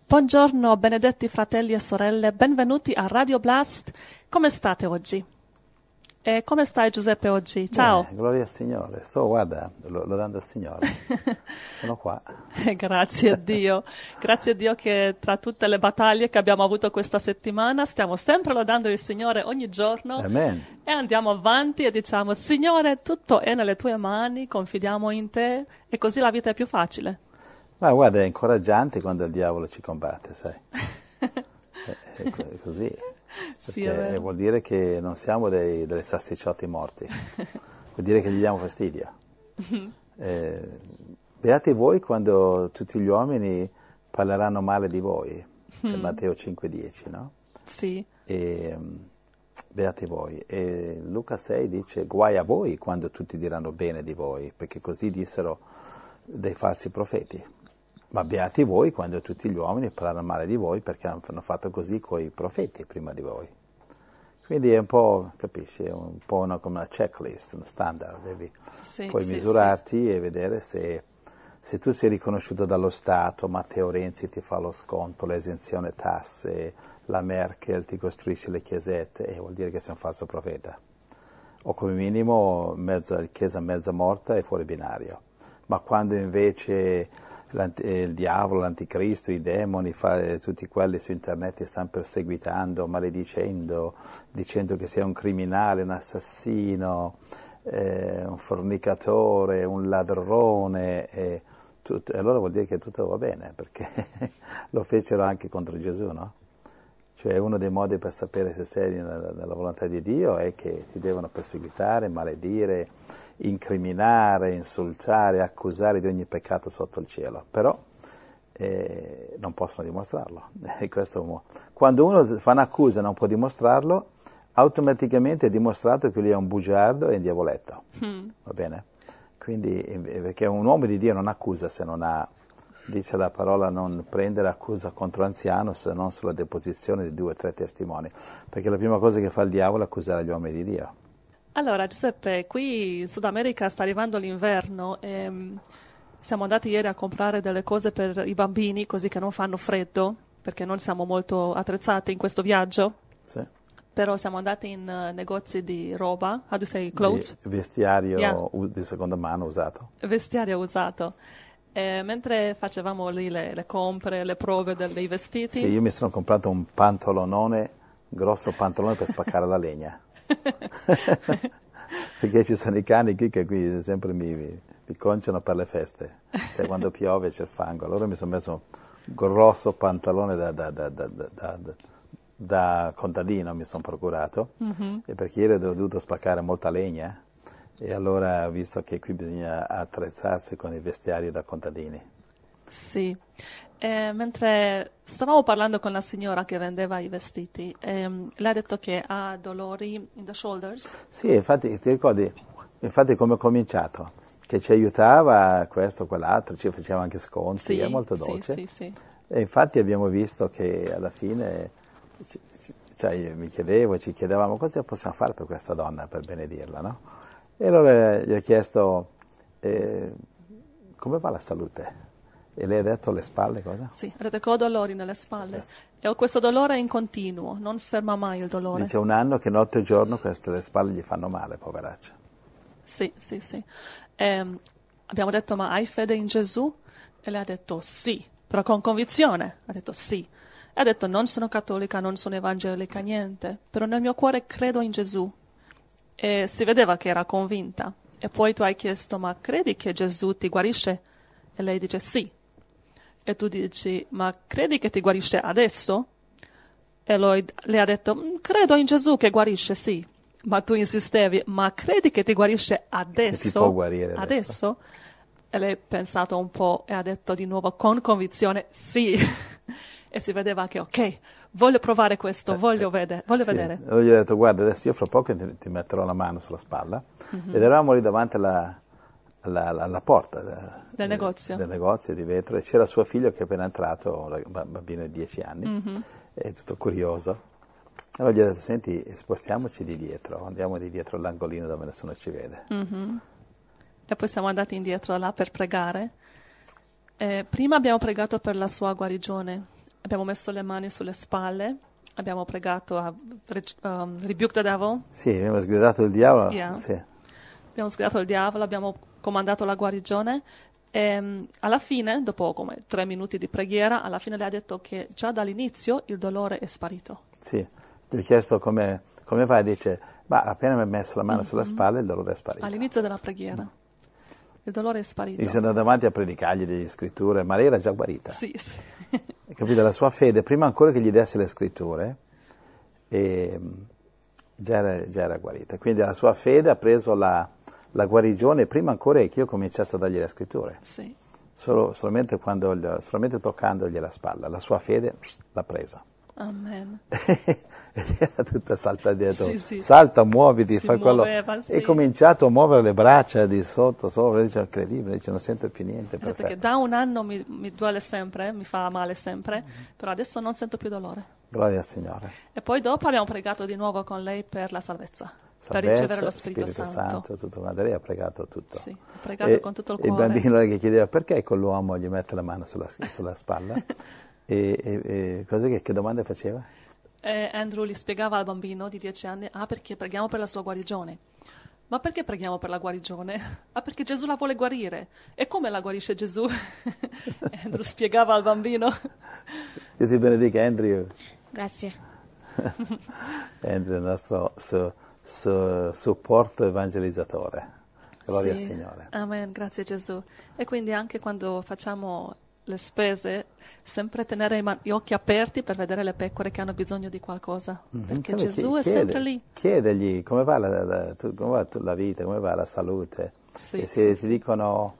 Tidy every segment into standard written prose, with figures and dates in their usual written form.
Buongiorno, benedetti fratelli e sorelle, benvenuti a Radio Blast. Come state oggi? E come stai Giuseppe oggi? Ciao. Bene, gloria al Signore. Guarda, lodando il Signore. Sono qua. Grazie a Dio. Grazie a Dio che tra tutte le battaglie che abbiamo avuto questa settimana stiamo sempre lodando il Signore ogni giorno. Amen. E andiamo avanti e diciamo: Signore, tutto è nelle tue mani, confidiamo in te e così la vita è più facile. Ma guarda, è incoraggiante quando il diavolo ci combatte, sai. È così. Sì, Perché vuol dire che non siamo dei salsicciotti morti. Vuol dire che gli diamo fastidio. Beati voi quando tutti gli uomini parleranno male di voi. È Matteo 5,10, no? Sì. Beati voi. E Luca 6 dice: guai a voi quando tutti diranno bene di voi, perché così dissero dei falsi profeti. Ma beati voi quando tutti gli uomini parlano male di voi, perché hanno fatto così con i profeti prima di voi. Quindi è un po', capisci, è un po' come una checklist, uno standard. Devi poi misurarti e vedere se tu sei riconosciuto dallo Stato, Matteo Renzi ti fa lo sconto, l'esenzione tasse, la Merkel ti costruisce le chiesette, vuol dire che sei un falso profeta. O come minimo chiesa mezza morta e fuori binario. Ma quando invece il diavolo, l'anticristo, i demoni, tutti quelli su internet ti stanno perseguitando, maledicendo, dicendo che sei un criminale, un assassino, un fornicatore, un ladrone, e allora vuol dire che tutto va bene, perché lo fecero anche contro Gesù, no? Cioè uno dei modi per sapere se sei nella volontà di Dio è che ti devono perseguitare, maledire, incriminare, insultare, accusare di ogni peccato sotto il cielo, però non possono dimostrarlo. Quando uno fa un'accusa e non può dimostrarlo, automaticamente è dimostrato che lui è un bugiardo e un diavoletto, va bene? Quindi, perché un uomo di Dio non accusa se non ha, dice la parola, non prendere accusa contro l'anziano se non sulla deposizione di 2 o 3 testimoni, perché la prima cosa che fa il diavolo è accusare gli uomini di Dio. Allora Giuseppe, qui in Sud America sta arrivando l'inverno e siamo andati ieri a comprare delle cose per i bambini così che non fanno freddo, perché non siamo molto attrezzati in questo viaggio. Sì. Però siamo andati in negozi di roba, how do you say, clothes? Vestiario di seconda mano usato. Vestiario usato. E mentre facevamo lì le compere, le prove dei vestiti... Sì, io mi sono comprato un pantalonone, grosso pantalone per spaccare la legna. Perché ci sono i cani qui che qui sempre mi conciano per le feste. Se quando piove c'è il fango. Allora mi sono messo un grosso pantalone da contadino, mi sono procurato, e perché ieri ho dovuto spaccare molta legna, e allora ho visto che qui bisogna attrezzarsi con i vestiari da contadini. Sì. Mentre stavamo parlando con la signora che vendeva i vestiti, lei ha detto che ha dolori in the shoulders. Sì, infatti ti ricordi, come ho cominciato, che ci aiutava questo, quell'altro, ci faceva anche sconti, Sì, è molto dolce. Sì. E infatti abbiamo visto che alla fine ci chiedevamo cosa possiamo fare per questa donna, per benedirla, no? E allora gli ho chiesto come va la salute? E lei ha detto le spalle cosa? Sì, ha detto che ho dolori nelle spalle e ho questo dolore in continuo, non ferma mai il dolore. Dice 1 anno che notte e giorno le spalle gli fanno male, poveraccia. Sì. Abbiamo detto: ma hai fede in Gesù? E lei ha detto sì, però con convinzione, ha detto sì. E ha detto: non sono cattolica, non sono evangelica, niente, però nel mio cuore credo in Gesù. E si vedeva che era convinta. E poi tu hai chiesto: ma credi che Gesù ti guarisce? E lei dice sì. E tu dici: ma credi che ti guarisce adesso? E lei ha detto: credo in Gesù che guarisce, sì. Ma tu insistevi: ma credi che ti guarisce adesso? Che ti può guarire adesso? E lei ha pensato un po' e ha detto di nuovo con convinzione sì. E si vedeva che ok, voglio provare questo, voglio vedere. Allora gli ho detto: guarda, adesso io fra poco ti metterò la mano sulla spalla. Ed eravamo lì davanti alla porta del negozio di vetro, e c'era suo figlio che è appena entrato, un bambino di 10 anni, è tutto curioso. Allora gli ho detto: senti, spostiamoci di dietro, andiamo di dietro all'angolino dove nessuno ci vede. E poi siamo andati indietro là per pregare. Prima abbiamo pregato per la sua guarigione abbiamo messo le mani sulle spalle, abbiamo pregato a rebuke the devil. Sì, abbiamo sgridato il diavolo. Yeah. Sì. Abbiamo sgridato il diavolo, abbiamo comandato la guarigione e alla fine, dopo come 3 minuti di preghiera, alla fine le ha detto che già dall'inizio il dolore è sparito. Sì, gli ho chiesto come vai, dice, ma appena mi ha messo la mano sulla spalla il dolore è sparito. All'inizio della preghiera. Il dolore è sparito. Io sono andato avanti a predicargli delle scritture, ma lei era già guarita. Sì, sì. Hai capito? La sua fede, prima ancora che gli desse le scritture, già era guarita. Quindi la sua fede ha preso la guarigione prima ancora che io cominciassi a dargli le scritture. Sì. Solamente toccandogli la spalla. La sua fede l'ha presa. Amen. Era tutta salta dietro. Sì, sì. Salta, muoviti, Si fai quello. muoveva, sì. E cominciato a muovere le braccia di sotto, sopra, dice, incredibile, dice, non sento più niente, Ha detto perfetto. che da un anno mi duole sempre, mi fa male sempre, però adesso non sento più dolore. Gloria al Signore. E poi dopo abbiamo pregato di nuovo con lei per la salvezza, per ricevere lo Spirito Santo. Tutto quanto. Lei ha pregato tutto. Sì, ha pregato con tutto il cuore. Il bambino che chiedeva perché quell'uomo gli mette la mano sulla spalla. e che domande faceva? E Andrew gli spiegava al bambino di 10 anni, perché preghiamo per la sua guarigione. Ma perché preghiamo per la guarigione? Perché Gesù la vuole guarire. E come la guarisce Gesù? Andrew spiegava al bambino. Dio ti benedica, Andrew. Grazie. Andrew è il nostro supporto evangelizzatore. Gloria al Signore. Amen, grazie Gesù. E quindi anche quando facciamo le spese, sempre tenere gli occhi aperti per vedere le pecore che hanno bisogno di qualcosa, perché Gesù è sempre lì. Chiedegli come va la vita, come va la salute. Sì, e se sì, ti dicono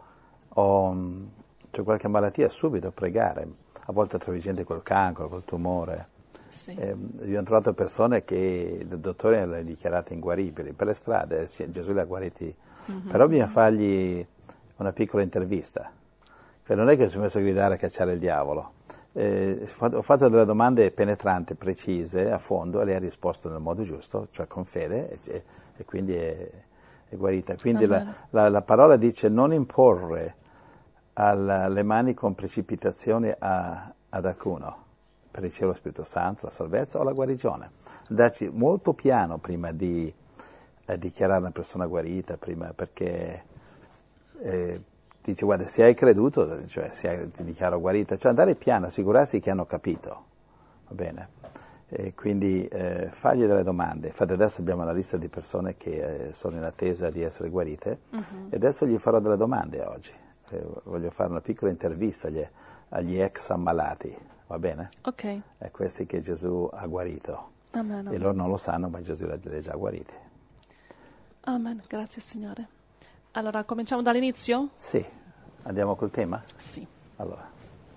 c'è qualche malattia, subito pregare. A volte trovi gente col cancro, col tumore. Sì. Abbiamo trovato persone che il dottore le ha dichiarate inguaribili per le strade, Gesù le ha guariti. Però bisogna fargli una piccola intervista. Non è che si è messo a gridare a cacciare il diavolo. Ho fatto delle domande penetranti, precise, a fondo, e lei ha risposto nel modo giusto, cioè con fede, e quindi è guarita. Quindi la parola dice non imporre le mani con precipitazione ad alcuno per ricevere lo Spirito Santo, la salvezza o la guarigione. Andarci molto piano prima di dichiarare una persona guarita, perché dice guarda, se hai creduto, cioè ti dichiaro guarita, cioè andare piano, assicurarsi che hanno capito, va bene? E quindi fargli delle domande. Infatti adesso abbiamo una lista di persone che sono in attesa di essere guarite e adesso gli farò delle domande oggi. Voglio fare una piccola intervista agli ex ammalati, va bene? Ok. È questi che Gesù ha guarito. Amen, amen. E loro non lo sanno, ma Gesù li ha già guariti. Amen, grazie Signore. Allora, cominciamo dall'inizio? Sì. Andiamo col tema? Sì. Allora.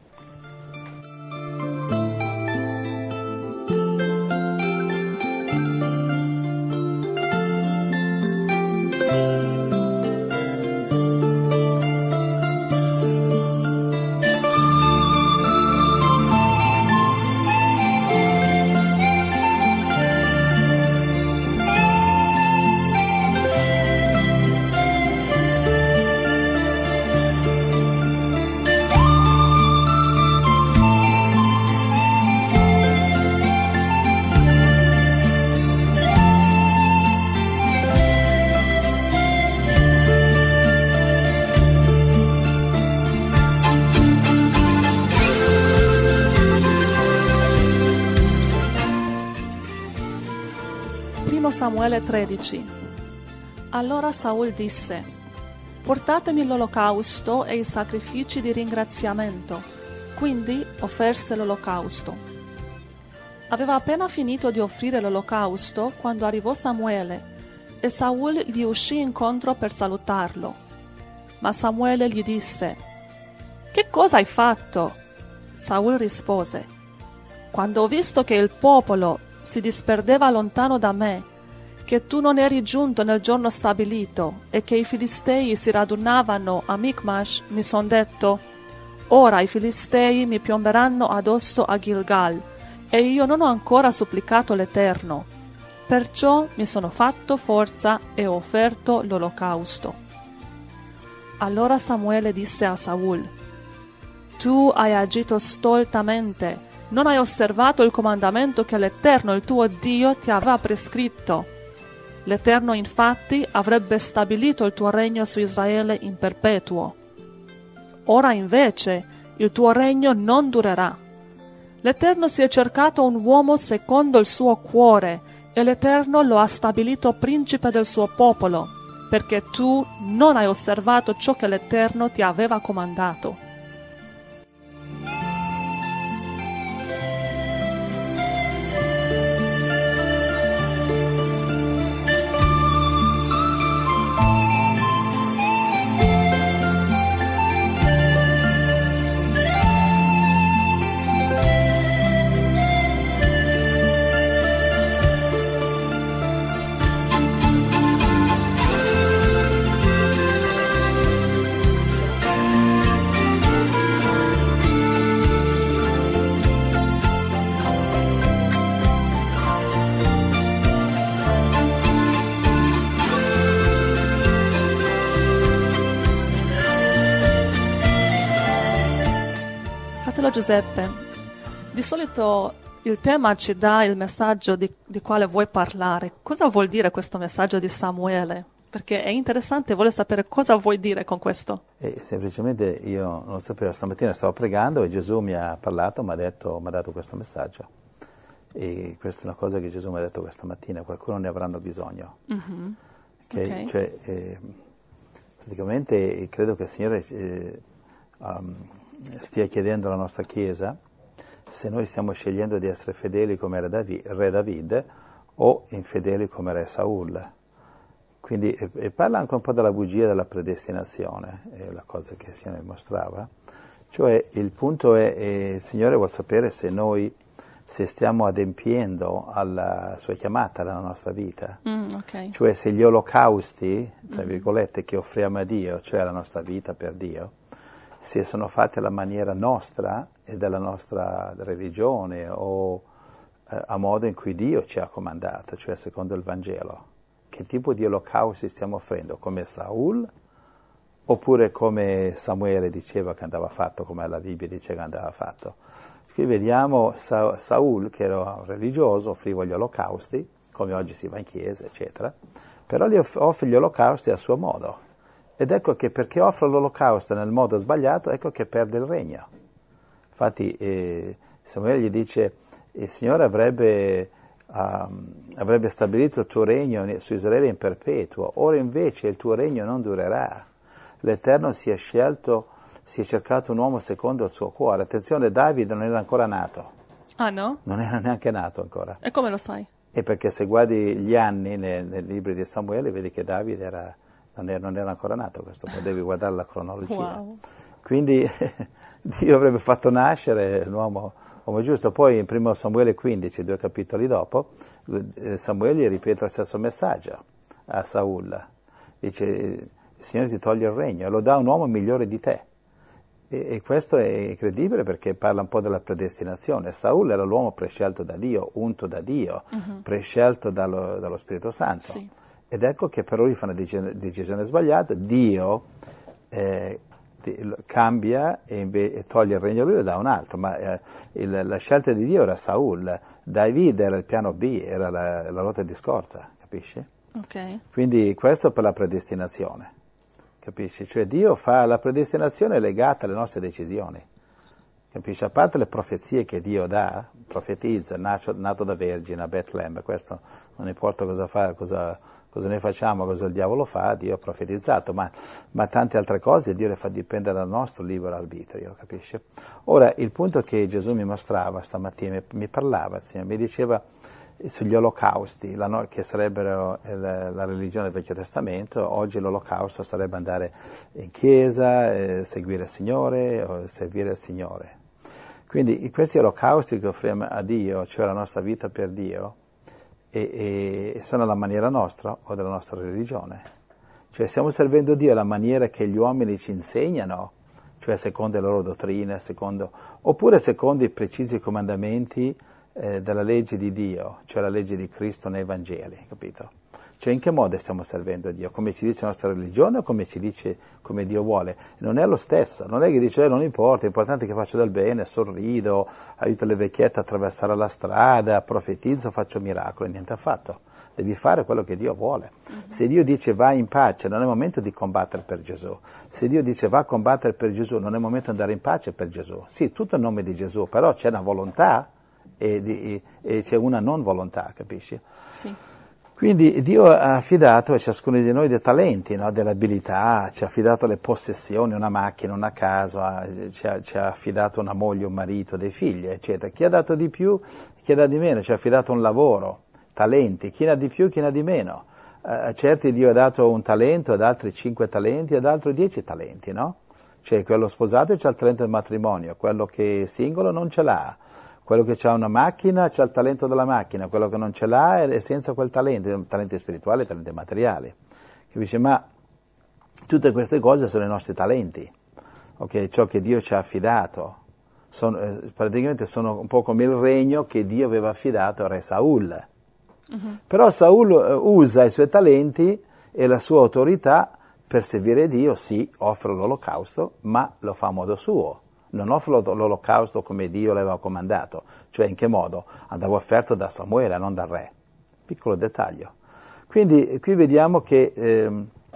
Samuele 13. Allora Saul disse: portatemi l'olocausto e i sacrifici di ringraziamento. Quindi offerse l'olocausto. Aveva appena finito di offrire l'olocausto quando arrivò Samuele e Saul gli uscì incontro per salutarlo. Ma Samuele gli disse: che cosa hai fatto? Saul rispose: quando ho visto che il popolo si disperdeva lontano da me, che tu non eri giunto nel giorno stabilito e che i Filistei si radunavano a Michmash, mi son detto: ora i Filistei mi piomberanno addosso a Gilgal, e io non ho ancora supplicato l'Eterno. Perciò mi sono fatto forza e ho offerto l'olocausto. Allora Samuele disse a Saul: tu hai agito stoltamente Non hai osservato il comandamento che l'Eterno, il tuo Dio, ti aveva prescritto. L'Eterno infatti avrebbe stabilito il tuo regno su Israele in perpetuo. Ora invece il tuo regno non durerà. L'Eterno si è cercato un uomo secondo il suo cuore, e l'Eterno lo ha stabilito principe del suo popolo, perché tu non hai osservato ciò che l'Eterno ti aveva comandato. Fratello Giuseppe, di solito il tema ci dà il messaggio di quale vuoi parlare. Cosa vuol dire questo messaggio di Samuele? Perché è interessante, voglio sapere cosa vuoi dire con questo. Semplicemente io non lo sapevo, stamattina stavo pregando e Gesù mi ha parlato, mi ha dato questo messaggio. E questa è una cosa che Gesù mi ha detto questa mattina, qualcuno ne avranno bisogno. Mm-hmm. Okay? Cioè, praticamente credo che il Signore stia chiedendo alla nostra Chiesa se noi stiamo scegliendo di essere fedeli come re David o infedeli come re Saul. Quindi parla anche un po' della bugia della predestinazione, è la cosa che il Signore mostrava. Cioè il punto è il Signore vuol sapere se noi stiamo adempiendo alla sua chiamata nella nostra vita. Okay. Cioè se gli olocausti, tra virgolette, che offriamo a Dio, cioè la nostra vita per Dio, se sono fatte alla maniera nostra e della nostra religione o a modo in cui Dio ci ha comandato, cioè secondo il Vangelo. Che tipo di olocausti stiamo offrendo? Come Saul oppure come Samuele diceva che andava fatto, come la Bibbia dice che andava fatto? Qui vediamo Saul, che era religioso, offriva gli olocausti, come oggi si va in chiesa, eccetera, però gli offre gli olocausti a suo modo. Ed ecco che perché offre l'olocausto nel modo sbagliato, ecco che perde il regno. Infatti Samuele gli dice, il Signore avrebbe stabilito il tuo regno su Israele in perpetuo, ora invece il tuo regno non durerà. L'Eterno si è cercato un uomo secondo il suo cuore. Attenzione, Davide non era ancora nato. Ah no? Non era neanche nato ancora. E come lo sai? E perché se guardi gli anni nei libri di Samuele vedi che Davide non era ancora nato, questo devi guardare la cronologia. Wow. Quindi Dio avrebbe fatto nascere l'uomo giusto. Poi in 1 Samuele 15, 2 capitoli dopo, Samuele ripete lo stesso messaggio a Saul. Dice, il Signore ti toglie il regno e lo dà a un uomo migliore di te. E questo è incredibile perché parla un po' della predestinazione. Saul era l'uomo prescelto da Dio, unto da Dio, prescelto dallo Spirito Santo. Sì. Ed ecco che per lui fa una decisione sbagliata, Dio cambia e toglie il regno a lui e lo dà a un altro, ma la scelta di Dio era Saul, David era il piano B, era la ruota di scorta, capisci? Okay. Quindi questo per la predestinazione, capisci? Cioè Dio fa la predestinazione legata alle nostre decisioni, capisci? A parte le profezie che Dio dà, profetizza, nato da vergine a Betlemme, questo non importa cosa fa, cosa noi facciamo, cosa il diavolo fa, Dio ha profetizzato, ma tante altre cose Dio le fa dipendere dal nostro libero arbitrio, capisci? Ora, il punto che Gesù mi mostrava stamattina, mi parlava, mi diceva sugli olocausti, che sarebbero la religione del Vecchio Testamento. Oggi l'olocausto sarebbe andare in chiesa, seguire il Signore o servire il Signore. Quindi questi olocausti che offriamo a Dio, cioè la nostra vita per Dio, e sono alla maniera nostra o della nostra religione. Cioè stiamo servendo Dio alla maniera che gli uomini ci insegnano, cioè secondo le loro dottrine, oppure secondo i precisi comandamenti della legge di Dio, cioè la legge di Cristo nei Vangeli, capito? Cioè in che modo stiamo servendo Dio? Come ci dice la nostra religione o come ci dice come Dio vuole? Non è lo stesso, non è che dice non importa, è importante che faccio del bene, sorrido, aiuto le vecchiette a attraversare la strada, profetizzo, faccio miracoli, niente affatto. Devi fare quello che Dio vuole. Se Dio dice vai in pace, non è il momento di combattere per Gesù. Se Dio dice va a combattere per Gesù, non è il momento di andare in pace per Gesù. Sì, tutto in nome di Gesù, però c'è una volontà e c'è una non volontà, capisci? Sì. Quindi Dio ha affidato a ciascuno di noi dei talenti, no? Delle abilità, ci ha affidato le possessioni, una macchina, una casa, ci ha affidato una moglie, un marito, dei figli, eccetera. Chi ha dato di più, chi ha dato di meno, ci ha affidato un lavoro, talenti, chi ne ha di più, chi ne ha di meno. A certi Dio ha dato un talento, ad altri 5 talenti, ad altri 10 talenti, no? Cioè quello sposato c'ha il talento del matrimonio, quello che è singolo non ce l'ha. Quello che ha una macchina c'ha il talento della macchina, quello che non ce l'ha è senza quel talento, talenti spirituali, talenti materiali. Capisci? Ma tutte queste cose sono i nostri talenti, okay? Ciò che Dio ci ha affidato. Praticamente sono un po' come il regno che Dio aveva affidato a re Saul. Però Saul usa i suoi talenti e la sua autorità per servire Dio, sì, offre l'olocausto, ma lo fa a modo suo. Non offre l'olocausto come Dio l'aveva comandato, cioè in che modo? Andava offerto da Samuele, non dal re. Piccolo dettaglio. Quindi qui vediamo che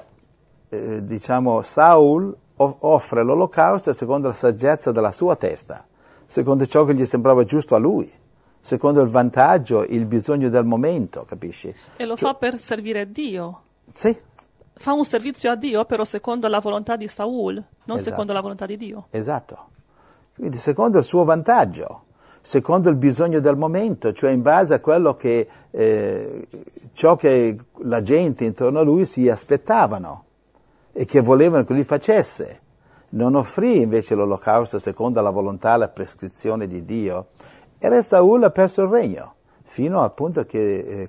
Saul offre l'olocausto secondo la saggezza della sua testa, secondo ciò che gli sembrava giusto a lui, secondo il vantaggio, il bisogno del momento, capisci? E lo fa per servire Dio. Sì. Fa un servizio a Dio, però secondo la volontà di Saul, non Esatto. secondo la volontà di Dio. Esatto. Quindi secondo il suo vantaggio, secondo il bisogno del momento, cioè in base a quello che ciò che la gente intorno a lui si aspettavano e che volevano che lui facesse. Non offrì invece l'olocausto secondo la volontà e la prescrizione di Dio. E re Saul ha perso il regno, fino al punto che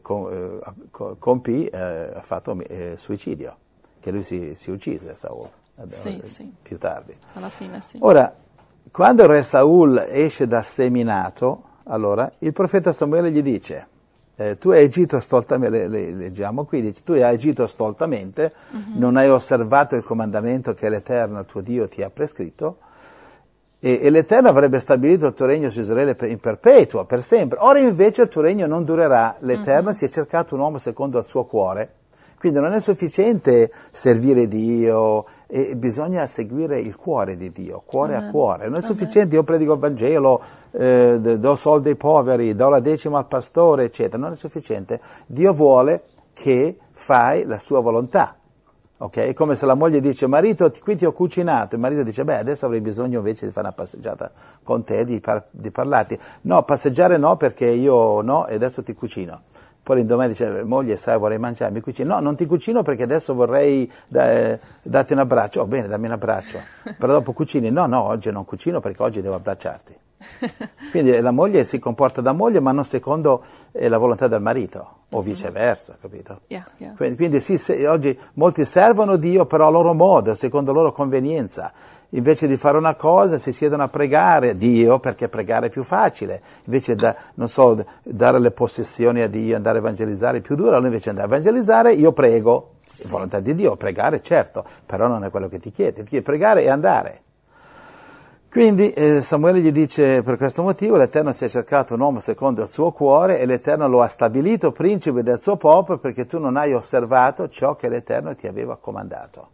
ha fatto suicidio, che lui si uccise, Saul, Sì. più tardi. Alla fine, sì. Ora, quando il re Saul esce da seminato, allora il profeta Samuele gli dice, tu hai agito stoltamente, leggiamo qui, dice, tu hai agito stoltamente, non hai osservato il comandamento che l'Eterno tuo Dio ti ha prescritto, e l'Eterno avrebbe stabilito il tuo regno su Israele in perpetuo, per sempre. Ora invece il tuo regno non durerà, l'Eterno si è cercato un uomo secondo il suo cuore, quindi non è sufficiente servire Dio, bisogna seguire il cuore di Dio, cuore a cuore. Non è sufficiente, io predico il Vangelo, do soldi ai poveri, do la decima al pastore, eccetera. Non è sufficiente. Dio vuole che fai la sua volontà. Okay? È come se la moglie dice, marito, qui ti ho cucinato. Il marito dice, adesso avrei bisogno invece di fare una passeggiata con te, di parlarti. No, passeggiare no, perché io no, e adesso ti cucino. Poi l'indomani dice, moglie, sai, vorrei mangiare, mi cucini. No, non ti cucino perché adesso vorrei darti un abbraccio. Oh, bene, dammi un abbraccio. Però dopo cucini. No, oggi non cucino perché oggi devo abbracciarti. Quindi la moglie si comporta da moglie, ma non secondo la volontà del marito, o viceversa, capito? Yeah. Quindi sì, oggi molti servono Dio però a loro modo, secondo la loro convenienza. Invece di fare una cosa si siedono a pregare Dio, perché pregare è più facile. Invece dare le possessioni a Dio, andare a evangelizzare è più duro. Allora invece andare a evangelizzare, io prego, sì. Volontà di Dio, pregare certo, però non è quello che ti chiede pregare e andare. Quindi Samuele gli dice, per questo motivo l'Eterno si è cercato un uomo secondo il suo cuore e l'Eterno lo ha stabilito principe del suo popolo perché tu non hai osservato ciò che l'Eterno ti aveva comandato.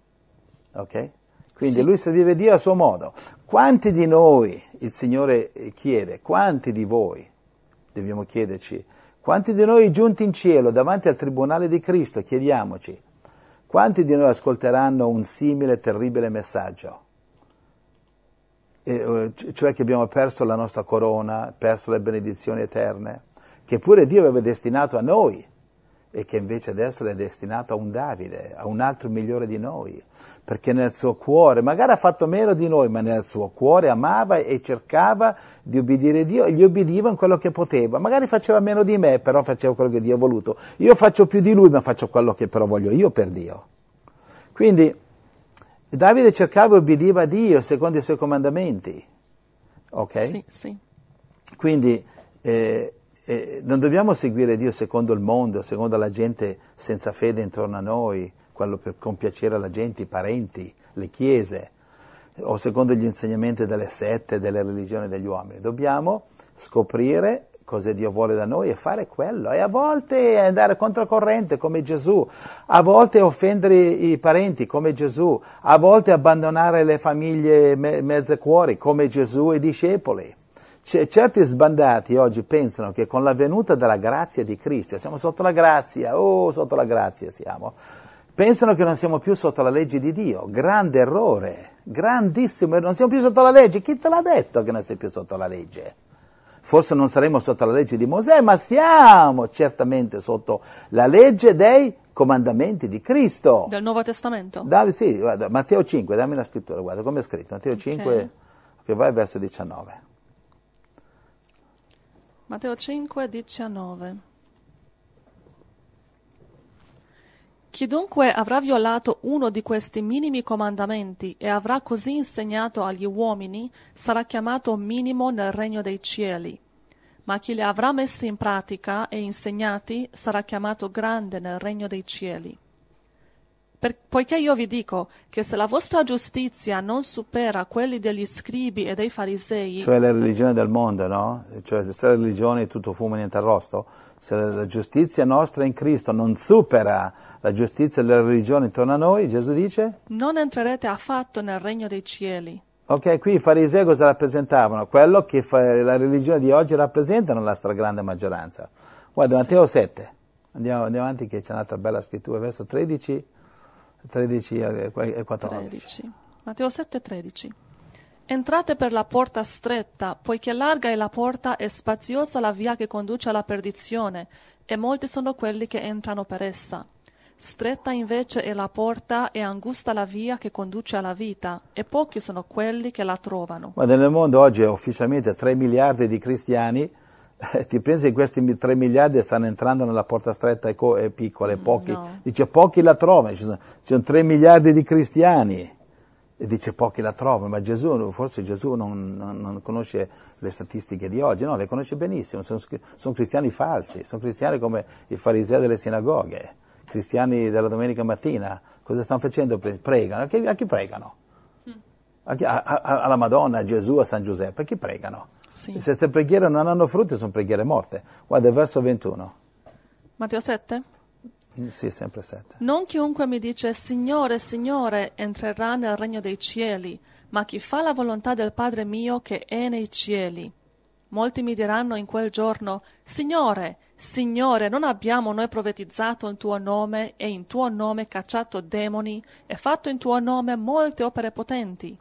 Ok? Quindi lui serviva Dio a suo modo. Quanti di noi, il Signore chiede, quanti di voi, dobbiamo chiederci, quanti di noi giunti in cielo davanti al tribunale di Cristo, chiediamoci, quanti di noi ascolteranno un simile terribile messaggio? Cioè che abbiamo perso la nostra corona, perso le benedizioni eterne, che pure Dio aveva destinato a noi e che invece adesso le è destinato a un Davide, a un altro migliore di noi, perché nel suo cuore, magari ha fatto meno di noi, ma nel suo cuore amava e cercava di obbedire a Dio e gli obbediva in quello che poteva. Magari faceva meno di me, però faceva quello che Dio ha voluto. Io faccio più di lui, ma faccio quello che però voglio io per Dio. Quindi Davide cercava e obbediva a Dio secondo i suoi comandamenti. Ok? Sì. Quindi non dobbiamo seguire Dio secondo il mondo, secondo la gente senza fede intorno a noi, quello per compiacere la gente, i parenti, le chiese, o secondo gli insegnamenti delle sette, delle religioni degli uomini. Dobbiamo scoprire cosa Dio vuole da noi e fare quello. E a volte andare controcorrente come Gesù, a volte offendere i parenti come Gesù, a volte abbandonare le famiglie mezze cuori come Gesù e i discepoli. Certi sbandati oggi pensano che con la venuta della grazia di Cristo, siamo sotto la grazia, sotto la grazia siamo, pensano che non siamo più sotto la legge di Dio. Grande errore, grandissimo, non siamo più sotto la legge. Chi te l'ha detto che non sei più sotto la legge? Forse non saremo sotto la legge di Mosè, ma siamo certamente sotto la legge dei comandamenti di Cristo. Del Nuovo Testamento? Sì, guarda, Matteo 5, dammi la scrittura, guarda come è scritto, Matteo 5, che va al verso 19. Matteo 5, 19. Chiunque avrà violato uno di questi minimi comandamenti e avrà così insegnato agli uomini sarà chiamato minimo nel regno dei cieli, ma chi li avrà messi in pratica e insegnati sarà chiamato grande nel regno dei cieli. Poiché io vi dico che se la vostra giustizia non supera quelli degli scribi e dei farisei... Cioè le religioni del mondo, no? Cioè se la religione è tutto fumo e niente arrosto, se la giustizia nostra in Cristo non supera la giustizia delle religioni intorno a noi, Gesù dice? Non entrerete affatto nel regno dei cieli. Ok, qui i farisei cosa rappresentavano? Quello che la religione di oggi rappresentano la stragrande maggioranza. Guarda, sì. Matteo 7, andiamo avanti che c'è un'altra bella scrittura, verso 13 e 14. 13. Matteo 7, 13. Entrate per la porta stretta, poiché larga è la porta e spaziosa la via che conduce alla perdizione, e molti sono quelli che entrano per essa. Stretta invece è la porta e angusta la via che conduce alla vita, e pochi sono quelli che la trovano. Ma nel mondo oggi ufficialmente 3 miliardi di cristiani, ti pensi che questi 3 miliardi stanno entrando nella porta stretta e piccola, e pochi? No. Dice pochi la trovano, ci sono 3 miliardi di cristiani, e dice pochi la trovano, ma forse Gesù non conosce le statistiche di oggi, no, le conosce benissimo, sono cristiani falsi, sono cristiani come i farisei delle sinagoghe. Cristiani della domenica mattina, cosa stanno facendo? Pregano. A chi pregano? Alla Madonna, a Gesù, a San Giuseppe. A chi pregano? Sì. Se queste preghiere non hanno frutti, sono preghiere morte. Guarda il verso 21. Matteo 7? Sì, sempre 7. Non chiunque mi dice Signore, Signore, entrerà nel regno dei cieli, ma chi fa la volontà del Padre mio che è nei cieli. Molti mi diranno in quel giorno, Signore, Signore, non abbiamo noi profetizzato in tuo nome e in tuo nome cacciato demoni e fatto in tuo nome molte opere potenti?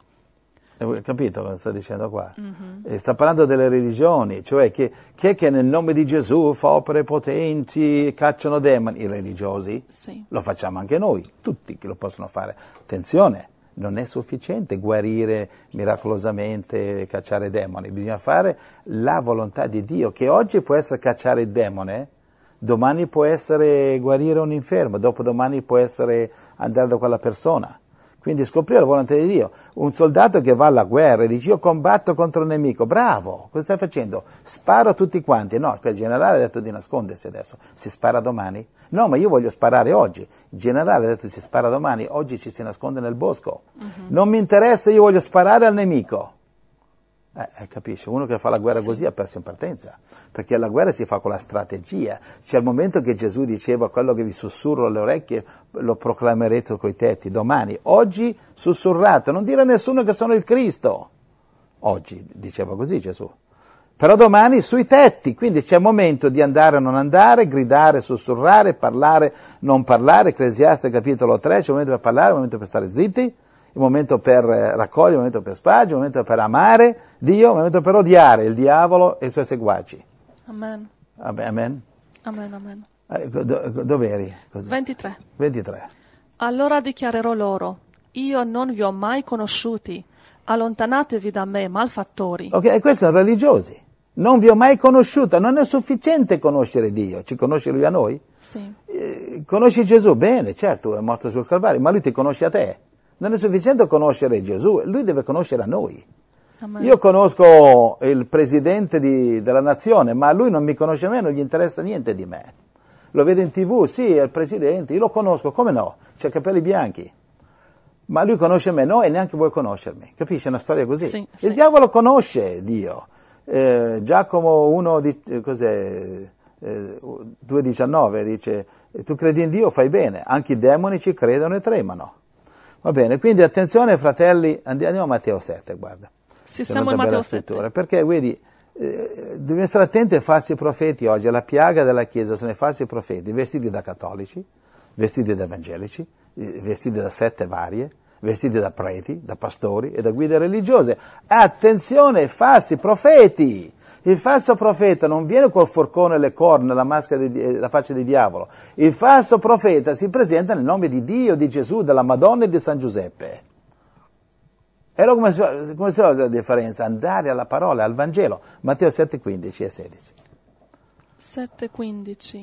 Capito cosa sta dicendo qua? Mm-hmm. Sta parlando delle religioni, cioè chi è che nel nome di Gesù fa opere potenti, cacciano demoni? I religiosi? Sì. Lo facciamo anche noi, tutti che lo possono fare. Attenzione! Non è sufficiente guarire miracolosamente, cacciare demoni, bisogna fare la volontà di Dio, che oggi può essere cacciare il demone, domani può essere guarire un infermo, dopodomani può essere andare da quella persona. Quindi scoprire la volontà di Dio. Un soldato che va alla guerra e dice io combatto contro il nemico, bravo, cosa stai facendo? Sparo a tutti quanti. No, il generale ha detto di nascondersi adesso, si spara domani? No, ma io voglio sparare oggi. Il generale ha detto si spara domani, oggi ci si nasconde nel bosco. Non mi interessa, io voglio sparare al nemico. Capisci? Uno che fa la guerra così ha perso in partenza, perché la guerra si fa con la strategia. C'è il momento che Gesù diceva quello che vi sussurro alle orecchie lo proclamerete coi tetti domani. Oggi sussurrate, non dire a nessuno che sono il Cristo. Oggi diceva così Gesù. Però domani sui tetti, quindi c'è il momento di andare o non andare, gridare, sussurrare, parlare, non parlare. Ecclesiaste capitolo 3, c'è il momento per parlare, il momento per stare zitti, il momento per raccogliere, il momento per spargere, il momento per amare Dio, il momento per odiare il diavolo e i suoi seguaci. Amen. Amen? Amen, amen. Dov'eri? 23. 23. Allora dichiarerò loro, io non vi ho mai conosciuti, allontanatevi da me, malfattori. Ok, e questi sono religiosi. Non vi ho mai conosciuta, non è sufficiente conoscere Dio, ci conosce Lui a noi? Sì. Conosci Gesù? Bene, certo, è morto sul Calvario, ma Lui ti conosce a te. Non è sufficiente conoscere Gesù, Lui deve conoscere a noi. Amen. Io conosco il presidente della nazione, ma lui non mi conosce a me, non gli interessa niente di me. Lo vedo in TV, sì, è il presidente, io lo conosco, come no? C'ha capelli bianchi. Ma lui conosce me, no, e neanche vuole conoscermi. Capisci? È una storia così. Sì, Il sì. diavolo conosce Dio. Giacomo 2,19 dice, tu credi in Dio, fai bene. Anche i demoni ci credono e tremano. Va bene, quindi attenzione fratelli, andiamo a Matteo 7, guarda. Sì, C'è siamo in molta bella Matteo 7. scrittura, perché vedi, dobbiamo stare attenti ai falsi profeti oggi. La piaga della Chiesa sono i falsi profeti, vestiti da cattolici, vestiti da evangelici, vestiti da sette varie, vestiti da preti, da pastori e da guide religiose. Attenzione ai falsi profeti! Il falso profeta non viene col forcone e le corna, la maschera, la faccia di diavolo. Il falso profeta si presenta nel nome di Dio, di Gesù, della Madonna e di San Giuseppe. E allora come si fa la differenza? Andare alla parola, al Vangelo. Matteo 7, 15 e 16. 7,15.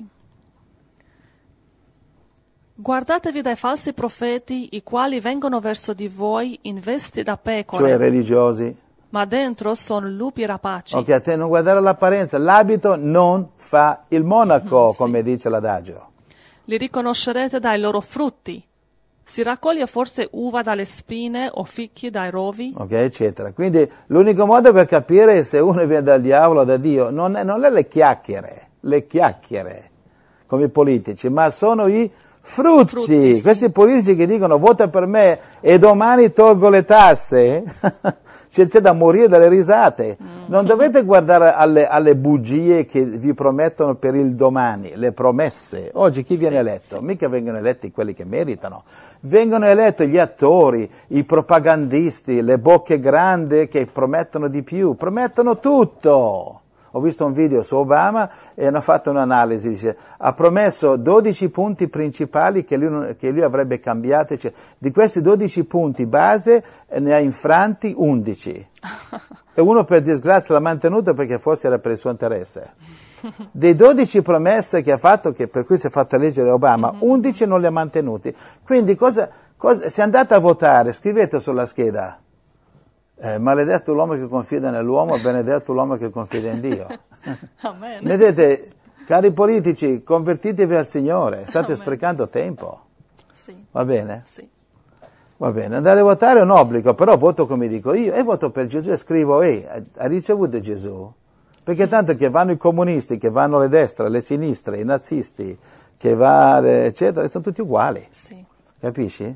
Guardatevi dai falsi profeti, i quali vengono verso di voi in vesti da pecore, Cioè religiosi. ma dentro sono lupi rapaci. Ok, a te non guardare l'apparenza. L'abito non fa il monaco, Sì. come dice l'adagio. Li riconoscerete dai loro frutti. Si raccoglie forse uva dalle spine o fichi dai rovi? Ok, eccetera. Quindi l'unico modo per capire se uno viene dal diavolo o da Dio non è le chiacchiere, come i politici, ma sono i frutti. Frutti, sì. Questi politici che dicono vota per me e domani tolgo le tasse, c'è da morire dalle risate. Non dovete guardare alle bugie che vi promettono per il domani, le promesse. Oggi chi viene eletto? Mica vengono eletti quelli che meritano. Vengono eletti gli attori, i propagandisti, le bocche grandi che promettono di più, promettono tutto. Ho visto un video su Obama e hanno fatto un'analisi, dice, ha promesso 12 punti principali che lui avrebbe cambiato, cioè, di questi 12 punti base ne ha infranti 11. E uno per disgrazia l'ha mantenuto perché forse era per il suo interesse. Dei 12 promesse che ha fatto, per cui si è fatto eleggere Obama, 11 non le ha mantenuti. Quindi se andate a votare, scrivete sulla scheda, maledetto l'uomo che confida nell'uomo, benedetto l'uomo che confida in Dio. Amen. Vedete, cari politici, convertitevi al Signore, state sprecando tempo. Sì, Va bene? sì. Va bene, andare a votare è un obbligo, però voto come dico io, e voto per Gesù e scrivo, ha ricevuto Gesù? Perché tanto che vanno i comunisti, che vanno le destre, le sinistre, i nazisti, che eccetera, sono tutti uguali. Sì. Capisci?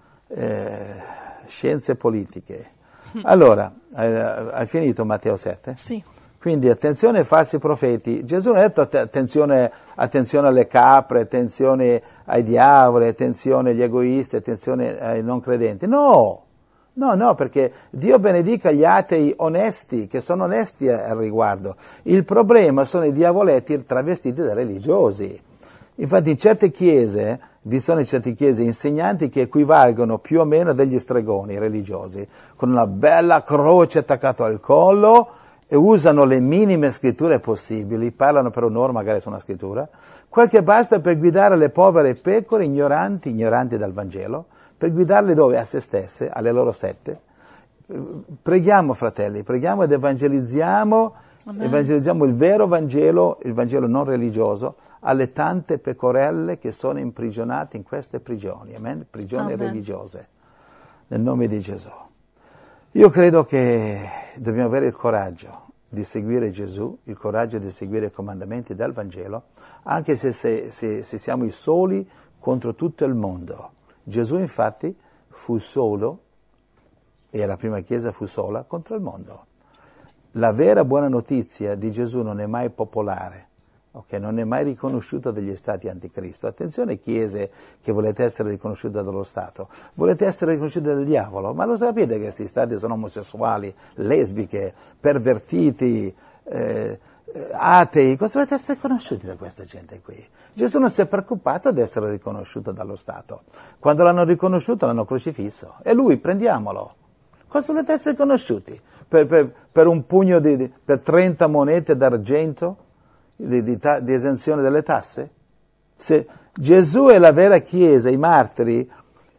Scienze politiche. Allora, hai finito Matteo 7? Sì. Quindi attenzione ai falsi profeti. Gesù non ha detto attenzione alle capre, attenzione ai diavoli, attenzione agli egoisti, attenzione ai non credenti. No, perché Dio benedica gli atei onesti, che sono onesti al riguardo. Il problema sono i diavoletti travestiti da religiosi. Infatti in certe chiese, vi sono in certe chiese insegnanti che equivalgono più o meno a degli stregoni religiosi, con una bella croce attaccata al collo e usano le minime scritture possibili, parlano per un'ora magari su una scrittura, quel che basta per guidare le povere pecore ignoranti dal Vangelo, per guidarle dove? A se stesse, alle loro sette. Preghiamo, fratelli, preghiamo ed evangelizziamo il vero Vangelo, il Vangelo non religioso, alle tante pecorelle che sono imprigionate in queste prigioni, amen? Prigioni religiose, nel nome di Gesù. Io credo che dobbiamo avere il coraggio di seguire Gesù, il coraggio di seguire i comandamenti del Vangelo, anche se siamo i soli contro tutto il mondo. Gesù infatti fu solo, e la prima Chiesa fu sola, contro il mondo. La vera buona notizia di Gesù non è mai popolare, okay? Non è mai riconosciuta dagli stati anticristo. Attenzione chiese che volete essere riconosciute dallo Stato, volete essere riconosciute dal diavolo, ma lo sapete che questi stati sono omosessuali, lesbiche, pervertiti, atei, cosa volete essere riconosciuti da questa gente qui? Gesù non si è preoccupato di essere riconosciuto dallo Stato. Quando l'hanno riconosciuto l'hanno crocifisso. E lui, prendiamolo. Cosa volete essere riconosciuti? Per un pugno per 30 monete d'argento di esenzione delle tasse? Se Gesù è la vera Chiesa, i martiri,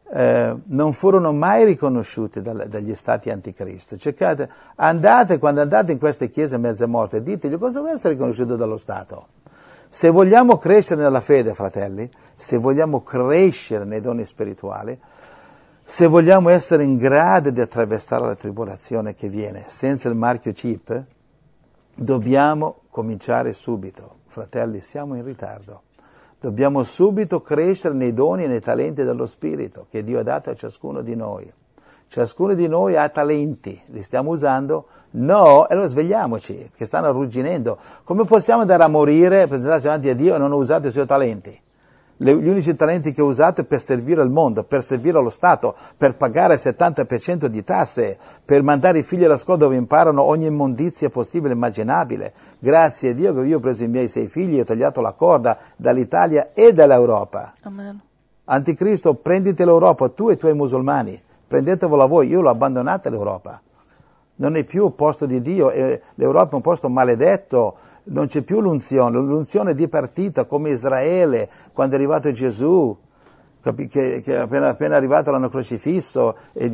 non furono mai riconosciuti dagli stati anticristo. Cercate, quando andate in queste chiese mezze morte, ditegli cosa vuole essere riconosciuto dallo Stato. Se vogliamo crescere nella fede, fratelli, se vogliamo crescere nei doni spirituali, se vogliamo essere in grado di attraversare la tribolazione che viene senza il marchio chip, dobbiamo cominciare subito. Fratelli, siamo in ritardo. Dobbiamo subito crescere nei doni e nei talenti dello Spirito che Dio ha dato a ciascuno di noi. Ciascuno di noi ha talenti, li stiamo usando? No, e allora svegliamoci, che stanno arrugginendo. Come possiamo andare a morire, presentarsi davanti a Dio e non ho usato i suoi talenti? Gli unici talenti che ho usato è per servire al mondo, per servire allo Stato, per pagare il 70% di tasse, per mandare i figli alla scuola dove imparano ogni immondizia possibile e immaginabile. Grazie a Dio che io ho preso i miei 6 figli e ho tagliato la corda dall'Italia e dall'Europa. Amen. Anticristo, prenditi l'Europa, tu e i tuoi musulmani, prendetevela voi, io l'ho abbandonata l'Europa. Non è più posto di Dio, l'Europa è un posto maledetto. Non c'è più l'unzione di partita come Israele quando è arrivato Gesù, che appena arrivato l'hanno crocifisso e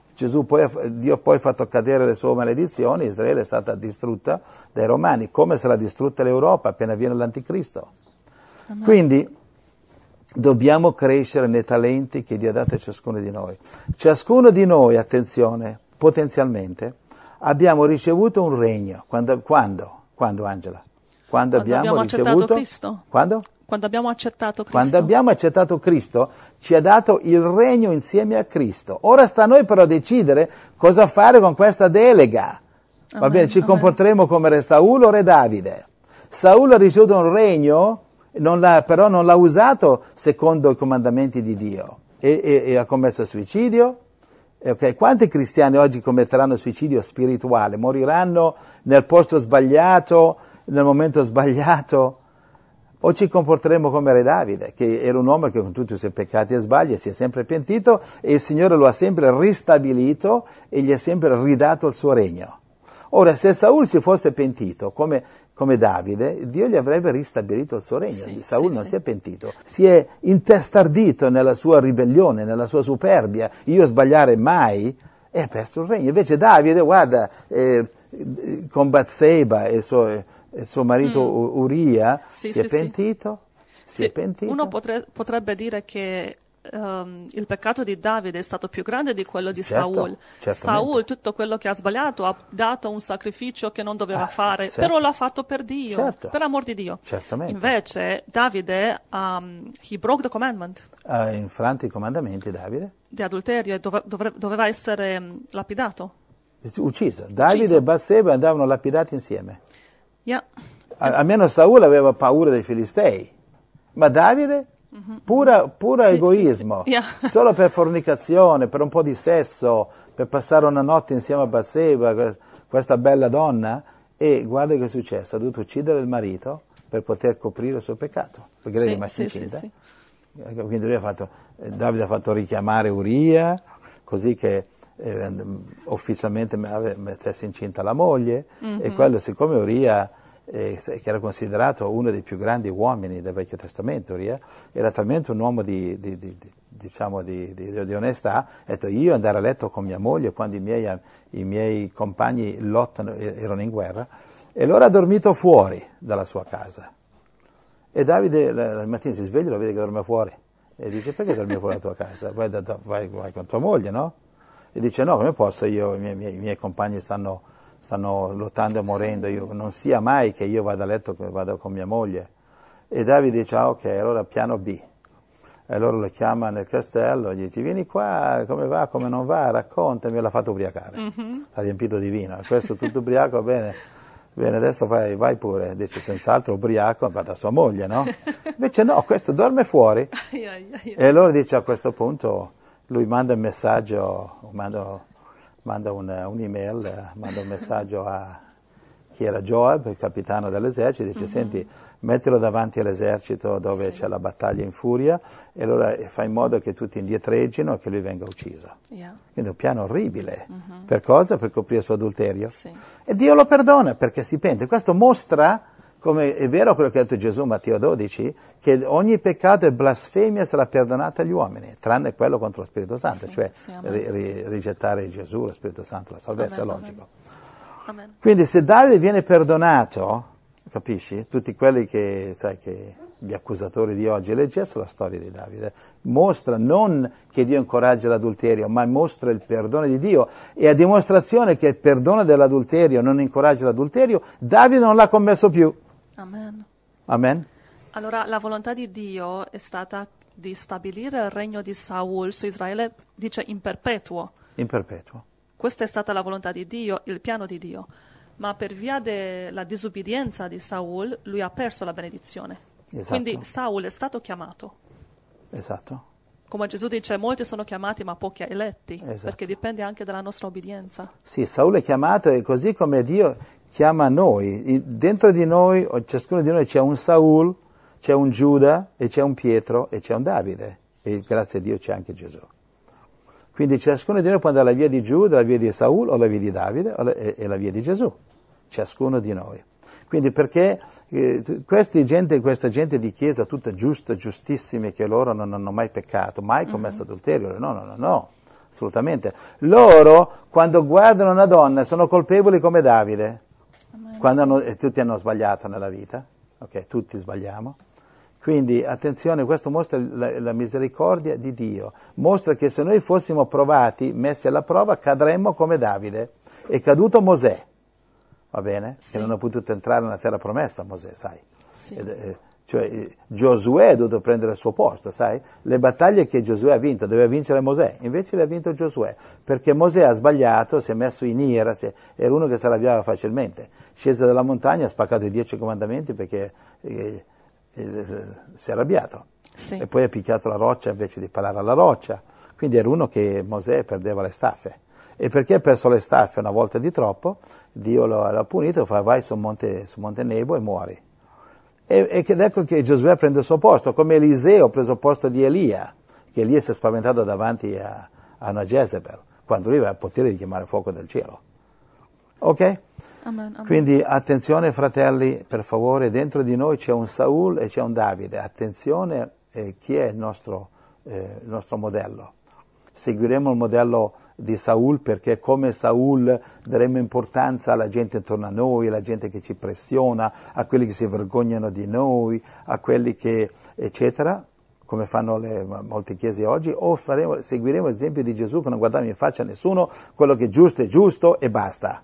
Dio poi ha fatto cadere le sue maledizioni, Israele è stata distrutta dai Romani, come sarà distrutta l'Europa appena viene l'Anticristo. Amen. Quindi dobbiamo crescere nei talenti che Dio ha dato a ciascuno di noi. Ciascuno di noi, attenzione, potenzialmente, abbiamo ricevuto un regno. Quando, Angela? Quando abbiamo ricevuto Cristo. Quando? Quando abbiamo accettato Cristo. Quando abbiamo accettato Cristo, ci ha dato il regno insieme a Cristo. Ora sta a noi però decidere cosa fare con questa delega. Va bene, ci comporteremo come re Saul o re Davide. Saul ha ricevuto un regno, però non l'ha usato secondo i comandamenti di Dio e ha commesso suicidio. Okay. Quanti cristiani oggi commetteranno suicidio spirituale? Moriranno nel posto sbagliato, nel momento sbagliato? O ci comporteremo come re Davide, che era un uomo che con tutti i suoi peccati e sbagli si è sempre pentito e il Signore lo ha sempre ristabilito e gli ha sempre ridato il suo regno. Ora, se Saul si fosse pentito come Davide, Dio gli avrebbe ristabilito il suo regno. Sì, Saul non si è pentito, si è intestardito nella sua ribellione, nella sua superbia. Io sbagliare mai, e ha perso il regno. Invece Davide, guarda, con Batseba e suo marito Uria si è pentito. Si è pentito. Uno potrebbe dire che il peccato di Davide è stato più grande di quello di Saul. Saul, tutto quello che ha sbagliato, ha dato un sacrificio che non doveva fare, però l'ha fatto per Dio, per amor di Dio. Certamente. Invece Davide, he broke the commandment. Ha infranto i comandamenti, Davide. Di adulterio e doveva essere lapidato. Ucciso. Davide e Batseba andavano lapidati insieme. Yeah. Almeno Saul aveva paura dei Filistei, ma Davide? Pura egoismo, sì. Yeah. Solo per fornicazione, per un po' di sesso, per passare una notte insieme a Batseba, questa bella donna, e guarda che è successo, ha dovuto uccidere il marito per poter coprire il suo peccato, perché lei è rimasta incinta. Sì. Quindi Davide ha fatto richiamare Uria, così che ufficialmente mettesse incinta la moglie, e quello, siccome Uria che era considerato uno dei più grandi uomini del Vecchio Testamento, Uria, era talmente un uomo di onestà, ha detto io andare a letto con mia moglie quando i miei compagni lottano, erano in guerra, e allora ha dormito fuori dalla sua casa. E Davide la mattina si sveglia e lo vede che dorme fuori, e dice perché dormi fuori dalla tua casa? Vai con tua moglie, no? E dice no, come posso io, i miei compagni stanno lottando e morendo, io non sia mai che io vada a letto, vado con mia moglie. E Davide dice ok, allora piano B. E allora lo chiama nel castello e gli dice vieni qua, come va, come non va, raccontami. L'ha fatto ubriacare, l'ha riempito di vino, questo tutto ubriaco, bene, adesso vai pure. Dice senz'altro ubriaco va da sua moglie, no? Invece no, questo dorme fuori. E allora dice a questo punto lui manda un messaggio, manda un'email, manda un messaggio a chi era Joab, il capitano dell'esercito, dice senti, mettilo davanti all'esercito dove c'è la battaglia in furia, e allora fai in modo che tutti indietreggino e che lui venga ucciso. Quindi un piano orribile. Per cosa? Per coprire il suo adulterio. E Dio lo perdona perché si pente. Questo mostra come è vero quello che ha detto Gesù in Matteo 12, che ogni peccato e blasfemia sarà perdonata agli uomini, tranne quello contro lo Spirito Santo, cioè rigettare Gesù, lo Spirito Santo, la salvezza, è logico. Amen. Quindi se Davide viene perdonato, capisci? Tutti quelli che, sai, che gli accusatori di oggi, leggessero la storia di Davide, mostra non che Dio incoraggia l'adulterio, ma mostra il perdono di Dio, e a dimostrazione che il perdono dell'adulterio non incoraggia l'adulterio, Davide non l'ha commesso più. Amen. Amen? Allora, la volontà di Dio è stata di stabilire il regno di Saul su Israele, dice in perpetuo. In perpetuo. Questa è stata la volontà di Dio, il piano di Dio. Ma per via della disubbidienza di Saul, lui ha perso la benedizione. Esatto. Quindi Saul è stato chiamato. Esatto. Come Gesù dice, molti sono chiamati ma pochi eletti, Esatto. perché dipende anche dalla nostra obbedienza. Sì, Saul è chiamato, e così come Dio chiama noi. Dentro di noi, ciascuno di noi c'è un Saul, c'è un Giuda, e c'è un Pietro, e c'è un Davide. E grazie a Dio c'è anche Gesù. Quindi ciascuno di noi può andare alla via di Giuda, la via di Saul, o la via di Davide, e la via di Gesù. Ciascuno di noi. Quindi perché questa gente di chiesa tutta giusta, giustissimi, che loro non hanno mai peccato, mai commesso adulterio, no, assolutamente. Loro, quando guardano una donna, sono colpevoli come Davide, quando tutti hanno sbagliato nella vita, ok, tutti sbagliamo. Quindi attenzione, questo mostra la misericordia di Dio, mostra che se noi fossimo provati, messi alla prova, cadremmo come Davide. È caduto Mosè, va bene? Sì. Che non ha potuto entrare nella terra promessa, Mosè, sai? Sì. Cioè Giosuè ha dovuto prendere il suo posto, sai? Le battaglie che Giosuè ha vinto, doveva vincere Mosè, invece le ha vinto Giosuè, perché Mosè ha sbagliato, si è messo in ira, era uno che si arrabbiava facilmente, scese dalla montagna, ha spaccato i 10 comandamenti perché si è arrabbiato, Sì. e poi ha picchiato la roccia invece di parlare alla roccia, quindi era uno che Mosè perdeva le staffe, e perché ha perso le staffe una volta di troppo, Dio l'ha punito, fa vai su monte Nebo e muori. Ed ecco che Giosuè prende il suo posto, come Eliseo ha preso il posto di Elia, che Elia si è spaventato davanti a una Jezebel, quando lui aveva il potere di chiamare fuoco dal cielo. Ok? Amen. Quindi attenzione fratelli, per favore, dentro di noi c'è un Saul e c'è un Davide, attenzione chi è il nostro modello. Seguiremo il modello di Saul, perché come Saul daremo importanza alla gente intorno a noi, alla gente che ci pressiona, a quelli che si vergognano di noi, a quelli che eccetera, come fanno molte chiese oggi, o seguiremo l'esempio di Gesù, che non guardiamo in faccia a nessuno, quello che è giusto e basta.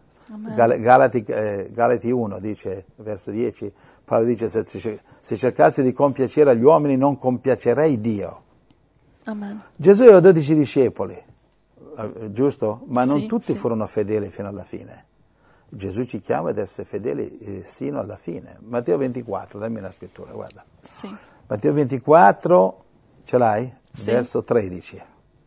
Galati 1 dice, verso 10, Paolo dice, se cercassi di compiacere agli uomini non compiacerei Dio. Amen. Gesù aveva 12 discepoli, giusto? Ma non Sì, tutti sì. furono fedeli fino alla fine. Gesù ci chiama ad essere fedeli sino alla fine. Matteo 24, dammi la scrittura, guarda. Sì. Matteo 24, ce l'hai? Sì. Verso 13.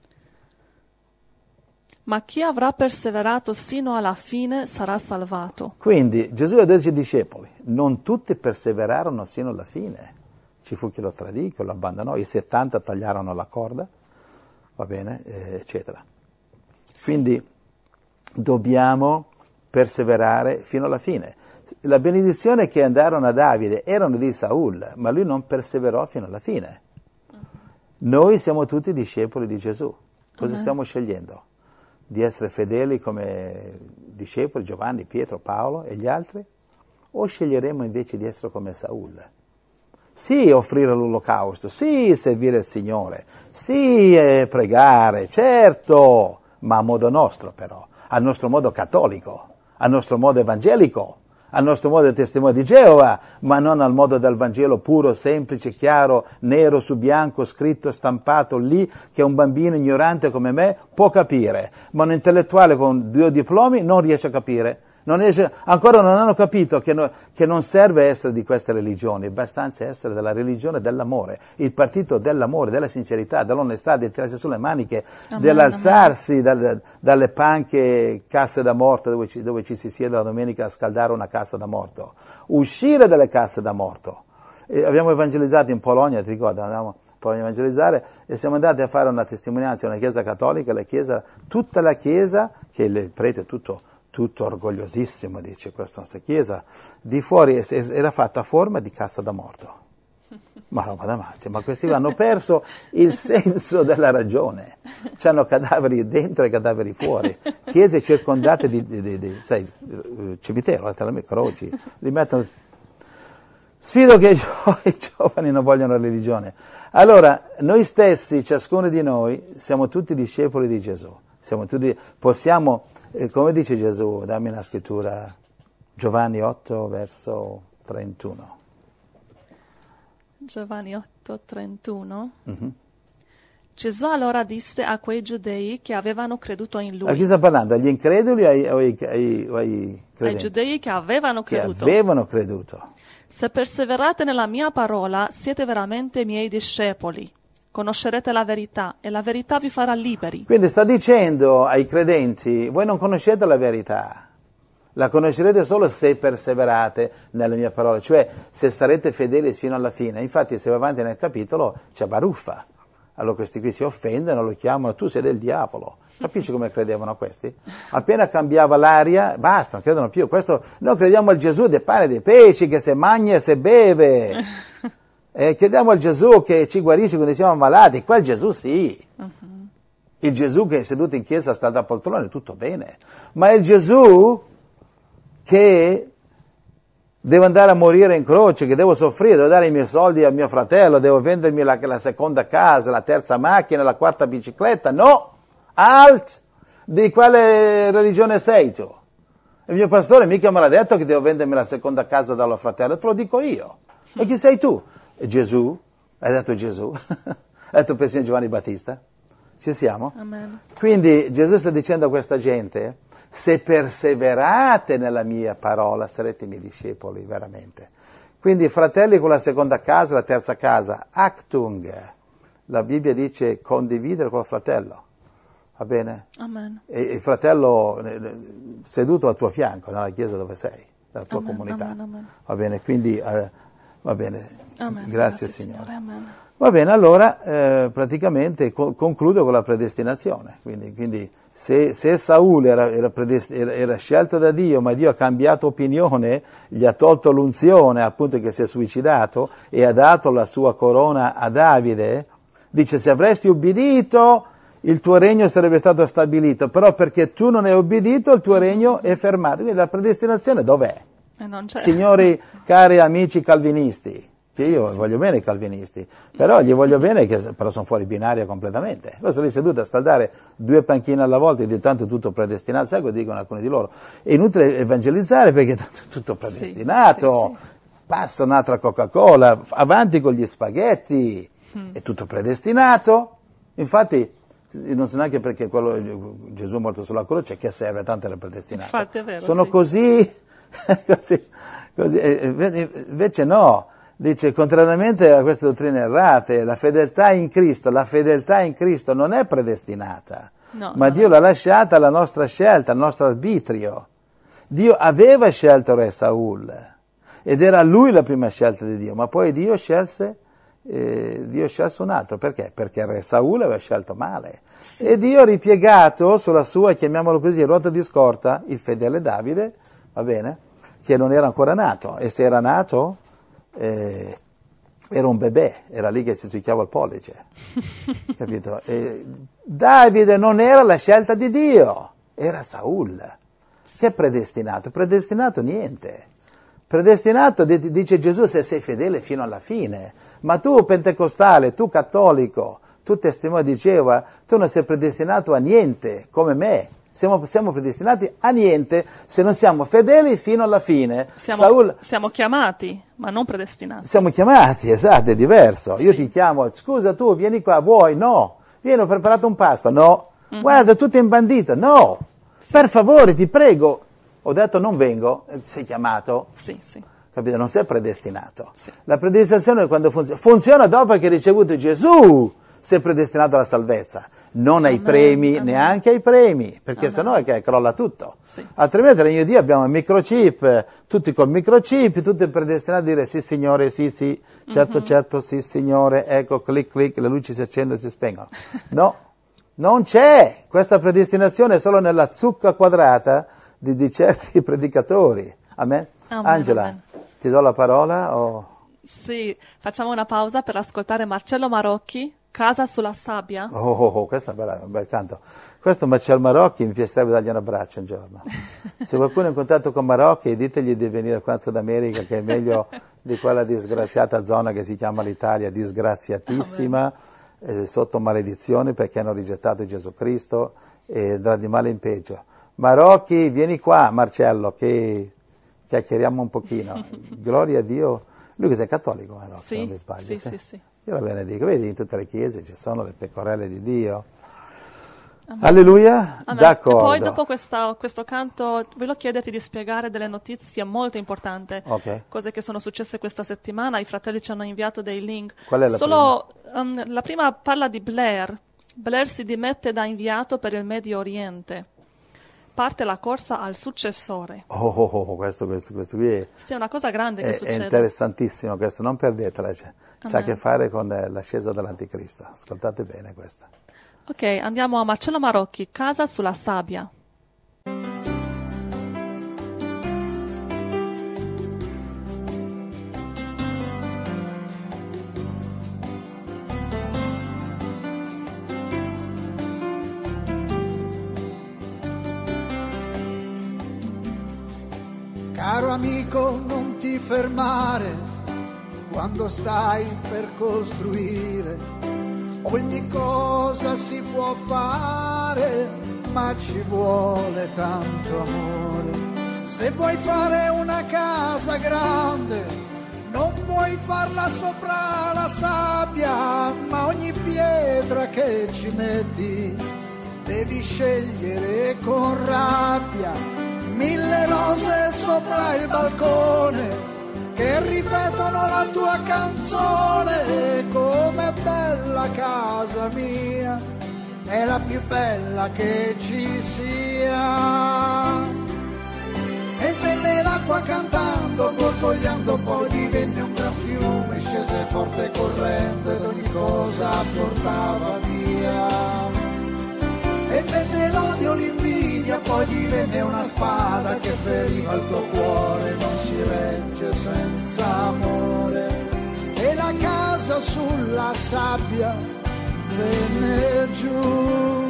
Ma chi avrà perseverato sino alla fine sarà salvato. Quindi Gesù aveva 12 discepoli, non tutti perseverarono sino alla fine. Ci fu chi lo tradì, chi lo abbandonò, i 70 tagliarono la corda, va bene, eccetera. Quindi dobbiamo perseverare fino alla fine. La benedizione che andarono a Davide erano di Saul, ma lui non perseverò fino alla fine. Noi siamo tutti discepoli di Gesù. Cosa stiamo scegliendo? Di essere fedeli come discepoli, Giovanni, Pietro, Paolo e gli altri? O sceglieremo invece di essere come Saul? Sì, offrire l'olocausto, sì, servire il Signore, sì, pregare, certo, ma a modo nostro però, al nostro modo cattolico, al nostro modo evangelico, al nostro modo di testimone di Geova, ma non al modo del Vangelo puro, semplice, chiaro, nero su bianco, scritto, stampato lì, che un bambino ignorante come me può capire, ma un intellettuale con 2 diplomi non riesce a capire. Ancora non hanno capito che non serve essere di queste religioni, basta essere della religione dell'amore, il partito dell'amore, della sincerità, dell'onestà, di tirarsi sulle maniche, dell'alzarsi dalle panche casse da morto dove ci si siede la domenica a scaldare una cassa da morto, uscire dalle casse da morto. Abbiamo evangelizzato in Polonia, ti ricordi? Andavamo in Polonia a evangelizzare e siamo andati a fare una testimonianza in una chiesa cattolica, tutta la chiesa, che il prete è tutto tutto orgogliosissimo, dice questa nostra chiesa, di fuori era fatta a forma di cassa da morto. Ma roba da matti, ma questi hanno perso il senso della ragione. C'hanno cadaveri dentro e cadaveri fuori. Chiese circondate di sai, cimitero, letteralmente, croci. Li mettono. Sfido che i giovani non vogliono religione. Allora, noi stessi, ciascuno di noi, siamo tutti discepoli di Gesù. Possiamo, come dice Gesù, dammi una scrittura, Giovanni 8, verso 31. Giovanni 8, 31. Mm-hmm. Gesù allora disse a quei giudei che avevano creduto in lui. A chi sta parlando? Agli increduli o ai credenti? Ai giudei che avevano creduto. Che avevano creduto. Se perseverate nella mia parola, siete veramente miei discepoli. Conoscerete la verità e la verità vi farà liberi. Quindi sta dicendo ai credenti, voi non conoscete la verità. La conoscerete solo se perseverate nelle mie parole, cioè se sarete fedeli fino alla fine. Infatti, se va avanti nel capitolo, c'è baruffa. Allora questi qui si offendono, lo chiamano, tu sei del diavolo. Capisci come credevano questi? Appena cambiava l'aria, basta, non credono più. Noi crediamo al Gesù del pane e dei pesci, che se mangia e se beve. Crediamo al Gesù che ci guarisce quando siamo malati. Quel Gesù sì. Uh-huh. Il Gesù che è seduto in chiesa sta da poltrone, tutto bene. Ma il Gesù che devo andare a morire in croce, che devo soffrire, devo dare i miei soldi a mio fratello, devo vendermi la seconda casa, la terza macchina, la quarta bicicletta. No! Alt! Di quale religione sei tu? Il mio pastore mica me l'ha detto che devo vendermi la seconda casa dallo fratello, te lo dico io. E chi sei tu? Gesù? Hai detto Gesù? Hai detto persino Giovanni Battista? Ci siamo? Amen. Quindi Gesù sta dicendo a questa gente, se perseverate nella mia parola sarete miei discepoli, veramente. Quindi fratelli con la seconda casa, la terza casa, Achtung, la Bibbia dice condividere col fratello, va bene? Amen. E il fratello seduto al tuo fianco, nella chiesa dove sei, nella tua comunità, amen. Va bene? Quindi va bene, grazie Signore. Amen. Va bene, allora praticamente concludo con la predestinazione, quindi se Saul era scelto da Dio, ma Dio ha cambiato opinione, gli ha tolto l'unzione al punto che si è suicidato e ha dato la sua corona a Davide, dice se avresti ubbidito il tuo regno sarebbe stato stabilito, però perché tu non hai ubbidito il tuo regno è fermato. Quindi la predestinazione dov'è? Non c'è. Signori cari amici calvinisti, che io voglio bene i calvinisti, però gli voglio bene che però sono fuori binaria completamente. Loro sono lì seduti a scaldare 2 panchine alla volta e di tanto tutto predestinato, sai cosa dicono alcuni di loro? È inutile evangelizzare perché tanto tutto predestinato, sì. Passa un'altra Coca-Cola, avanti con gli spaghetti, è tutto predestinato. Infatti non so neanche perché Gesù è morto sulla croce, che serve, tanto era predestinato. Infatti è vero, sono così, invece no. Dice, contrariamente a queste dottrine errate, la fedeltà in Cristo non è predestinata, ma Dio l'ha lasciata alla nostra scelta, al nostro arbitrio. Dio aveva scelto re Saul, ed era lui la prima scelta di Dio, ma poi Dio scelse un altro. Perché? Perché re Saul aveva scelto male. Sì. E Dio ha ripiegato sulla sua, chiamiamolo così, ruota di scorta, il fedele Davide, va bene, che non era ancora nato, e se era nato... era un bebè, era lì che si succhiava il pollice, capito? Davide non era la scelta di Dio, era Saul. Che è predestinato? Predestinato niente. Predestinato, dice Gesù, se sei fedele fino alla fine. Ma tu pentecostale, tu cattolico, tu testimone di Geova, tu non sei predestinato a niente, come me. Siamo predestinati a niente se non siamo fedeli fino alla fine. Siamo chiamati, ma non predestinati. Siamo chiamati, esatto, è diverso. Io sì. Ti chiamo, scusa tu, vieni qua, vuoi? No. Vieni, ho preparato un pasto? No. Mm-hmm. Guarda, tutto è imbandito? No. Sì. Per favore, ti prego. Ho detto non vengo, sei chiamato. Sì, sì. Capito? Non sei predestinato. Sì. La predestinazione quando funziona dopo che hai ricevuto Gesù, sei predestinato alla salvezza. Non ai premi, neanche ai premi, perché sennò è che crolla tutto. Sì. Altrimenti nel regno di Dio abbiamo il microchip, tutti col microchip, tutti predestinati a dire sì signore, sì, certo, sì signore, ecco, clic, le luci si accendono e si spengono. No, non c'è questa predestinazione, è solo nella zucca quadrata di certi predicatori. Amen? Amen, Angela, amen. ti do la parola? Sì, facciamo una pausa per ascoltare Marcello Marocchi, Casa sulla sabbia. Questo è un bel canto. Questo Marcello Marocchi mi piacerebbe dargli un abbraccio un giorno. Se qualcuno è in contatto con Marocchi, ditegli di venire qua in Sud America, che è meglio di quella disgraziata zona che si chiama l'Italia, disgraziatissima, sotto maledizione perché hanno rigettato Gesù Cristo e andrà di male in peggio. Marocchi, vieni qua, Marcello, che chiacchieriamo un pochino. Gloria a Dio. Lui che sei cattolico, Marocchi, Sì, non mi sbaglio. sì. Io la benedico. Vedi, in tutte le chiese ci sono le pecorelle di Dio. Amen. Alleluia, Amen. d'accordo. E poi dopo questo canto voglio chiederti di spiegare delle notizie molto importanti, cose che sono successe questa settimana. I fratelli ci hanno inviato dei link. Qual è la prima? La prima parla di Blair. Blair si dimette da inviato per il Medio Oriente. Parte la corsa al successore. Questo qui è... Sì, è una cosa grande che succede. È interessantissimo questo, non perdetela. C'ha a che fare con l'ascesa dell'Anticristo. Ascoltate bene questo. Ok, andiamo a Marcello Marocchi, Casa sulla sabbia. Caro amico, non ti fermare quando stai per costruire. Ogni cosa si può fare, ma ci vuole tanto amore. Se vuoi fare una casa grande, non puoi farla sopra la sabbia, ma ogni pietra che ci metti devi scegliere con rabbia. 1000 rose sopra il balcone che ripetono la tua canzone. Com'è bella casa mia, è la più bella che ci sia. E venne l'acqua cantando, gorgogliando, poi divenne un gran fiume, scese forte corrente ed ogni cosa portava via. E venne l'odio, l'invidia, poi divenne una spada che feriva il tuo cuore, non si regge senza amore. E la casa sulla sabbia venne giù.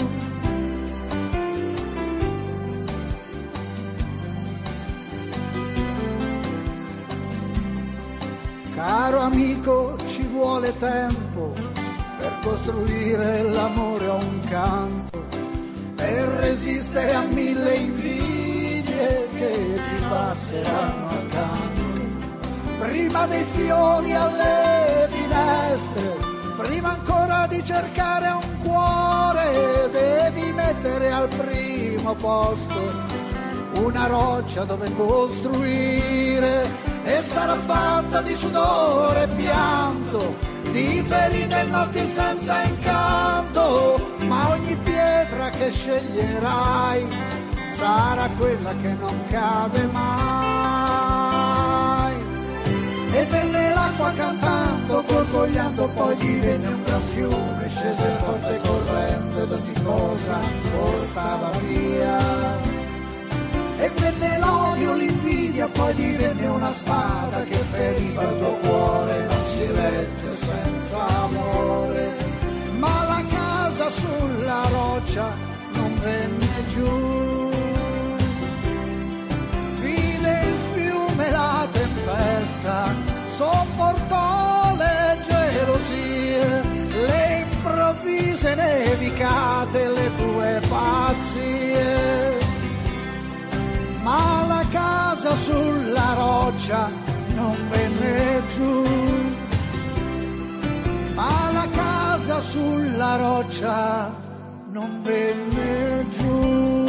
Caro amico, ci vuole tempo per costruire l'amore a un canto, per resistere a 1000 invidie che ti passeranno accanto. Prima dei fiori alle finestre, prima ancora di cercare un cuore, devi mettere al primo posto una roccia dove costruire. E sarà fatta di sudore e pianto, di ferite e notti senza incanto, ma ogni pietra che sceglierai sarà quella che non cade mai. E venne l'acqua cantando, gorgogliando, poi divenne un gran fiume, scese forte corrente ed ogni cosa portava via. E venne l'odio, l'invidia, poi divenne una spada che feriva il tuo cuore, non si regge senza amore. Ma la casa sulla roccia non venne giù. Vide il fiume la tempesta, sopportò le gelosie, le improvvise nevicate, le tue pazzie. Ma la casa sulla roccia non venne giù. Ma la casa sulla roccia non venne giù.